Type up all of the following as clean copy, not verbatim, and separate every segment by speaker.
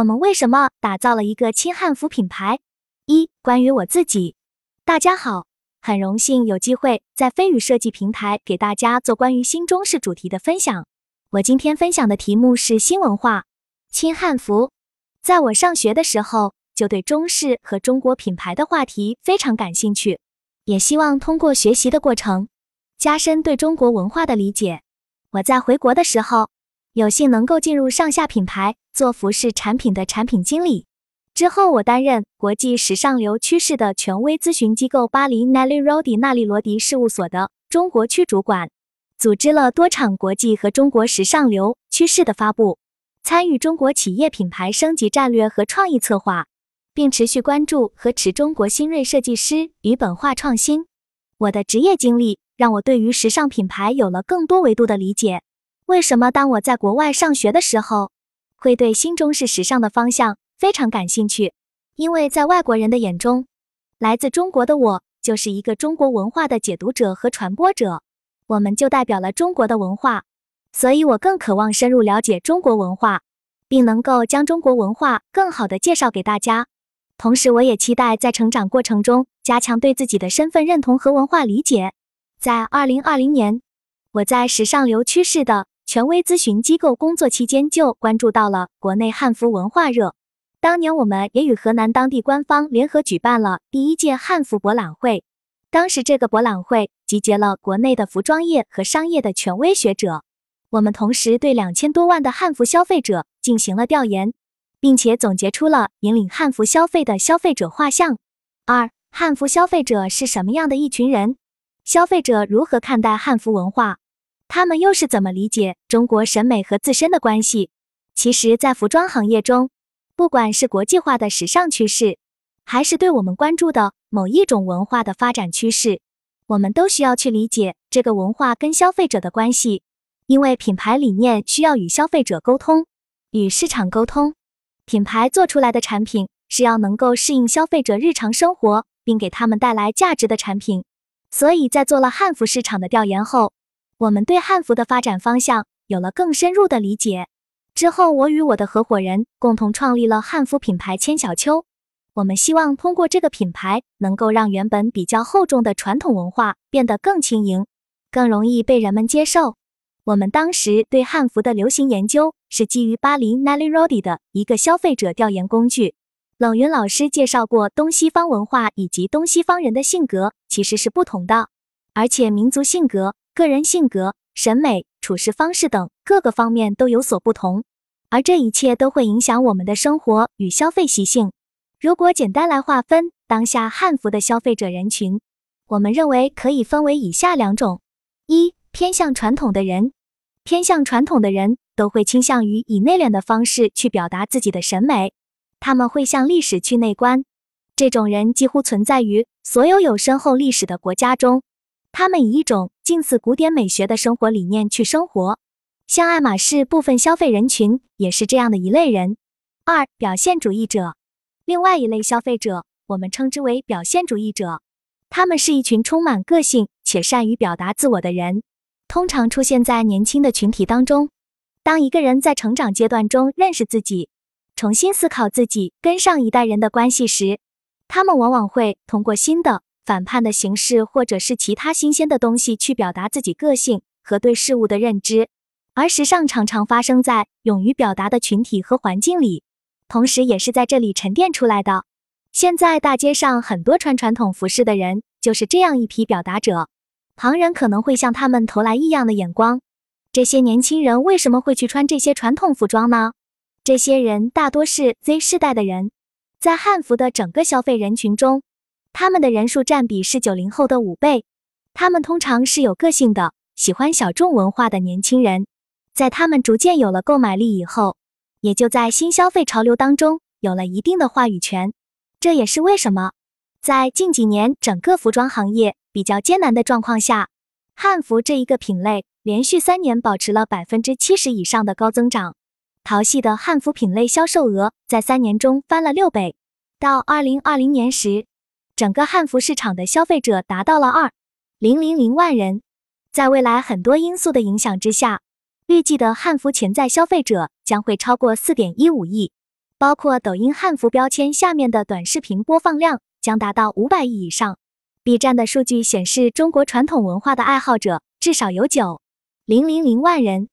Speaker 1: 我们为什么打造了一个轻汉服品牌？关于我自己。大家好，很荣幸有机会在飞宇设计平台给大家做关于新中式主题的分享。我今天分享的题目是新文化、轻汉服。在我上学的时候，就对中式和中国品牌的话题非常感兴趣，也希望通过学习的过程，加深对中国文化的理解。我在回国的时候，有幸能够进入上下品牌做服饰产品的产品经理。之后我担任国际时尚流趋势的权威咨询机构巴黎 Nelly Rodi 纳利罗迪事务所的中国区主管，组织了多场国际和中国时尚流趋势的发布，参与中国企业品牌升级战略和创意策划，并持续关注和持中国新锐设计师与本化创新。我的职业经历让我对于时尚品牌有了更多维度的理解。为什么当我在国外上学的时候，会对新中式时尚的方向非常感兴趣？因为在外国人的眼中，来自中国的我就是一个中国文化的解读者和传播者，我们就代表了中国的文化，所以我更渴望深入了解中国文化，并能够将中国文化更好地介绍给大家。同时我也期待在成长过程中加强对自己的身份认同和文化理解。在2020年，我在时尚流趋势的权威咨询机构工作期间，就关注到了国内汉服文化热。当年我们也与河南当地官方联合举办了第一届汉服博览会。当时这个博览会集结了国内的服装业和商业的权威学者，我们同时对2000多万的汉服消费者进行了调研，并且总结出了引领汉服消费的消费者画像。汉服消费者是什么样的一群人？消费者如何看待汉服文化？他们又是怎么理解中国审美和自身的关系？其实，在服装行业中，不管是国际化的时尚趋势，还是对我们关注的某一种文化的发展趋势，我们都需要去理解这个文化跟消费者的关系。因为品牌理念需要与消费者沟通，与市场沟通，品牌做出来的产品是要能够适应消费者日常生活，并给他们带来价值的产品。所以在做了汉服市场的调研后，我们对汉服的发展方向有了更深入的理解。之后我与我的合伙人共同创立了汉服品牌千小秋。我们希望通过这个品牌能够让原本比较厚重的传统文化变得更轻盈，更容易被人们接受。我们当时对汉服的流行研究是基于巴黎 Nelly Rodi 的一个消费者调研工具。冷云老师介绍过，东西方文化以及东西方人的性格其实是不同的，而且民族性格、个人性格、审美、处事方式等各个方面都有所不同，而这一切都会影响我们的生活与消费习性。如果简单来划分当下汉服的消费者人群，我们认为可以分为以下2种。偏向传统的人。偏向传统的人都会倾向于以内敛的方式去表达自己的审美，他们会向历史去内观。这种人几乎存在于所有有深厚历史的国家中，他们以一种近似古典美学的生活理念去生活。像爱马仕部分消费人群也是这样的一类人。表现主义者。另外一类消费者，我们称之为表现主义者，他们是一群充满个性且善于表达自我的人，通常出现在年轻的群体当中。当一个人在成长阶段中认识自己，重新思考自己跟上一代人的关系时，他们往往会通过新的、反叛的形式或者是其他新鲜的东西去表达自己个性和对事物的认知。而时尚常常发生在勇于表达的群体和环境里，同时也是在这里沉淀出来的。现在大街上很多穿传统服饰的人就是这样一批表达者，旁人可能会向他们投来异样的眼光。这些年轻人为什么会去穿这些传统服装呢？这些人大多是 Z 世代的人，在汉服的整个消费人群中，他们的人数占比是90后的5倍。他们通常是有个性的，喜欢小众文化的年轻人。在他们逐渐有了购买力以后，也就在新消费潮流当中有了一定的话语权。这也是为什么在近几年整个服装行业比较艰难的状况下，汉服这一个品类连续3年保持了70%以上的高增长。淘系的汉服品类销售额在3年中翻了6倍，到2020年时，整个汉服市场的消费者达到了2.000万人。在未来很多因素的影响之下，预计的汉服潜在消费者将会超过4.15亿。 包括抖音汉服标签下面的短视频播放量将达到500亿以上。B 站的数据显示，中国传统文化的爱好者至少有9,000,000万人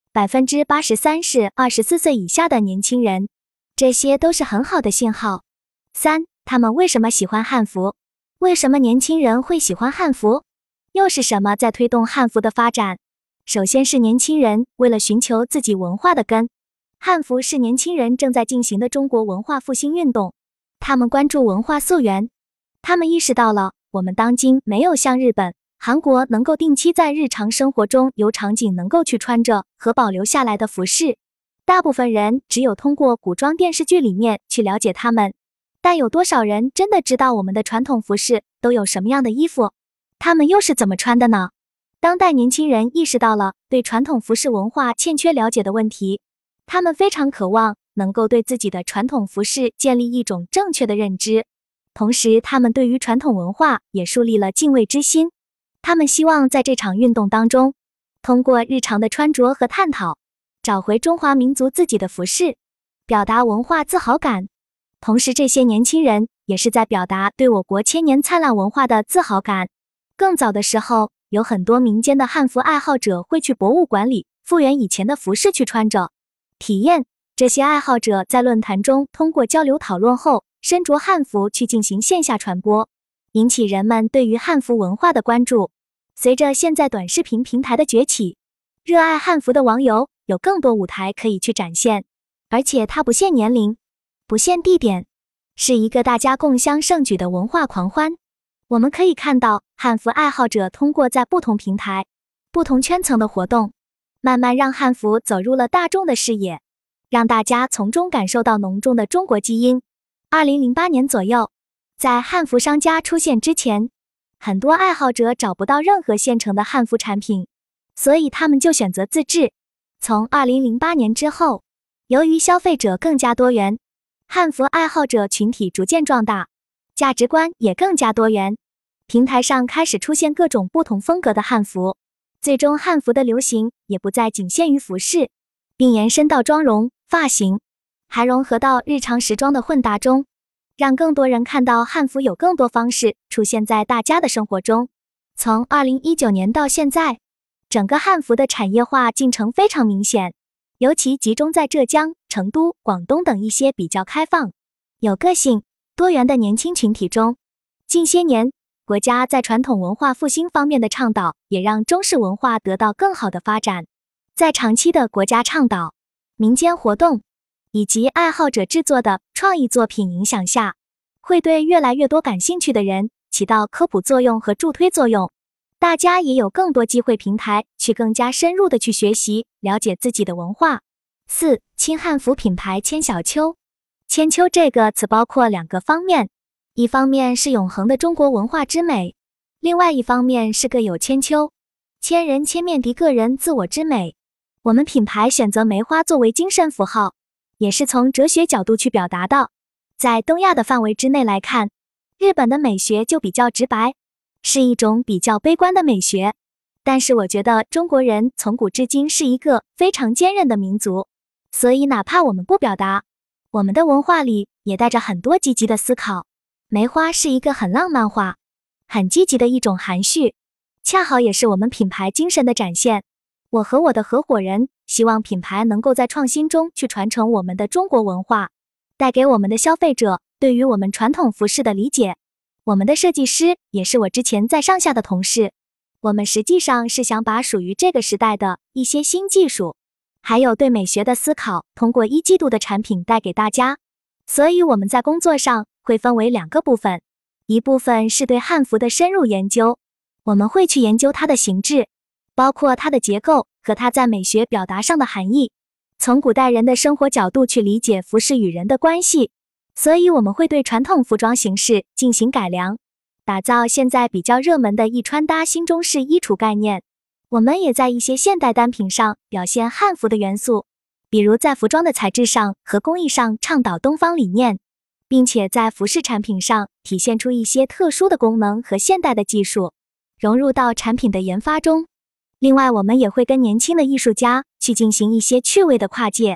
Speaker 1: ，83%是24岁以下的年轻人，这些都是很好的信号。3、他们为什么喜欢汉服？为什么年轻人会喜欢汉服？又是什么在推动汉服的发展？首先是年轻人为了寻求自己文化的根。汉服是年轻人正在进行的中国文化复兴运动，他们关注文化溯源，他们意识到了我们当今没有像日本、韩国能够定期在日常生活中有场景能够去穿着和保留下来的服饰。大部分人只有通过古装电视剧里面去了解他们，但有多少人真的知道我们的传统服饰都有什么样的衣服？他们又是怎么穿的呢？当代年轻人意识到了对传统服饰文化欠缺了解的问题，他们非常渴望能够对自己的传统服饰建立一种正确的认知，同时他们对于传统文化也树立了敬畏之心。他们希望在这场运动当中，通过日常的穿着和探讨，找回中华民族自己的服饰，表达文化自豪感。同时这些年轻人也是在表达对我国千年灿烂文化的自豪感。更早的时候，有很多民间的汉服爱好者会去博物馆里复原以前的服饰去穿着体验，这些爱好者在论坛中通过交流讨论后，身着汉服去进行线下传播，引起人们对于汉服文化的关注。随着现在短视频平台的崛起，热爱汉服的网友有更多舞台可以去展现，而且它不限年龄，不限地点，是一个大家共襄盛举的文化狂欢。我们可以看到，汉服爱好者通过在不同平台、不同圈层的活动，慢慢让汉服走入了大众的视野，让大家从中感受到浓重的中国基因。2008年左右，在汉服商家出现之前，很多爱好者找不到任何现成的汉服产品，所以他们就选择自制。从2008年之后，由于消费者更加多元，汉服爱好者群体逐渐壮大，价值观也更加多元，平台上开始出现各种不同风格的汉服，最终汉服的流行也不再仅限于服饰，并延伸到妆容、发型，还融合到日常时装的混搭中，让更多人看到汉服有更多方式出现在大家的生活中。从2019年到现在，整个汉服的产业化进程非常明显，尤其集中在浙江、成都、广东等一些比较开放、有个性、多元的年轻群体中。近些年，国家在传统文化复兴方面的倡导，也让中式文化得到更好的发展。在长期的国家倡导、民间活动以及爱好者制作的创意作品影响下，会对越来越多感兴趣的人起到科普作用和助推作用。大家也有更多机会平台去更加深入的去学习、了解自己的文化。4、轻汉服品牌千小丘。千秋这个词包括2个方面，一方面是永恒的中国文化之美，另外一方面是各有千秋，千人千面的个人自我之美。我们品牌选择梅花作为精神符号，也是从哲学角度去表达的。在东亚的范围之内来看，日本的美学就比较直白，是一种比较悲观的美学，但是我觉得中国人从古至今是一个非常坚韧的民族，所以哪怕我们不表达，我们的文化里也带着很多积极的思考。梅花是一个很浪漫化、很积极的一种含蓄，恰好也是我们品牌精神的展现。我和我的合伙人希望品牌能够在创新中去传承我们的中国文化，带给我们的消费者对于我们传统服饰的理解。我们的设计师也是我之前在上下的同事，我们实际上是想把属于这个时代的一些新技术，还有对美学的思考，通过一季度的产品带给大家。所以我们在工作上会分为2个部分，一部分是对汉服的深入研究，我们会去研究它的形制，包括它的结构和它在美学表达上的含义，从古代人的生活角度去理解服饰与人的关系。所以我们会对传统服装形式进行改良，打造现在比较热门的易穿搭新中式衣橱概念。我们也在一些现代单品上表现汉服的元素，比如在服装的材质上和工艺上倡导东方理念，并且在服饰产品上体现出一些特殊的功能和现代的技术，融入到产品的研发中。另外，我们也会跟年轻的艺术家去进行一些趣味的跨界，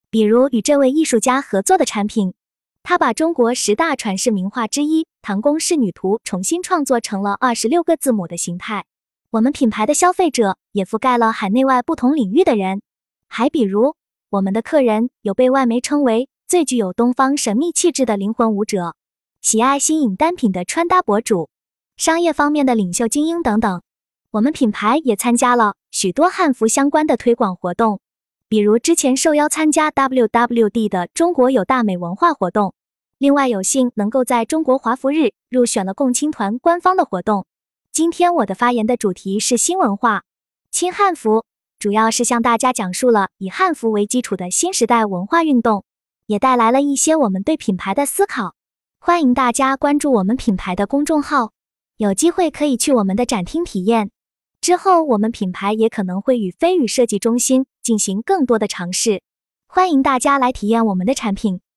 Speaker 1: 比如与这位艺术家合作的产品，他把中国10大传世名画之一唐宫仕女图重新创作成了26个字母的形态。我们品牌的消费者也覆盖了海内外不同领域的人，还比如我们的客人有被外媒称为最具有东方神秘气质的灵魂舞者，喜爱新颖单品的穿搭博主，商业方面的领袖精英等等。我们品牌也参加了许多汉服相关的推广活动，比如之前受邀参加 WWD 的中国有大美文化活动，另外有幸能够在中国华服日入选了共青团官方的活动。今天我的发言的主题是新文化轻汉服，主要是向大家讲述了以汉服为基础的新时代文化运动，也带来了一些我们对品牌的思考。欢迎大家关注我们品牌的公众号，有机会可以去我们的展厅体验。之后我们品牌也可能会与飞宇设计中心进行更多的尝试，欢迎大家来体验我们的产品。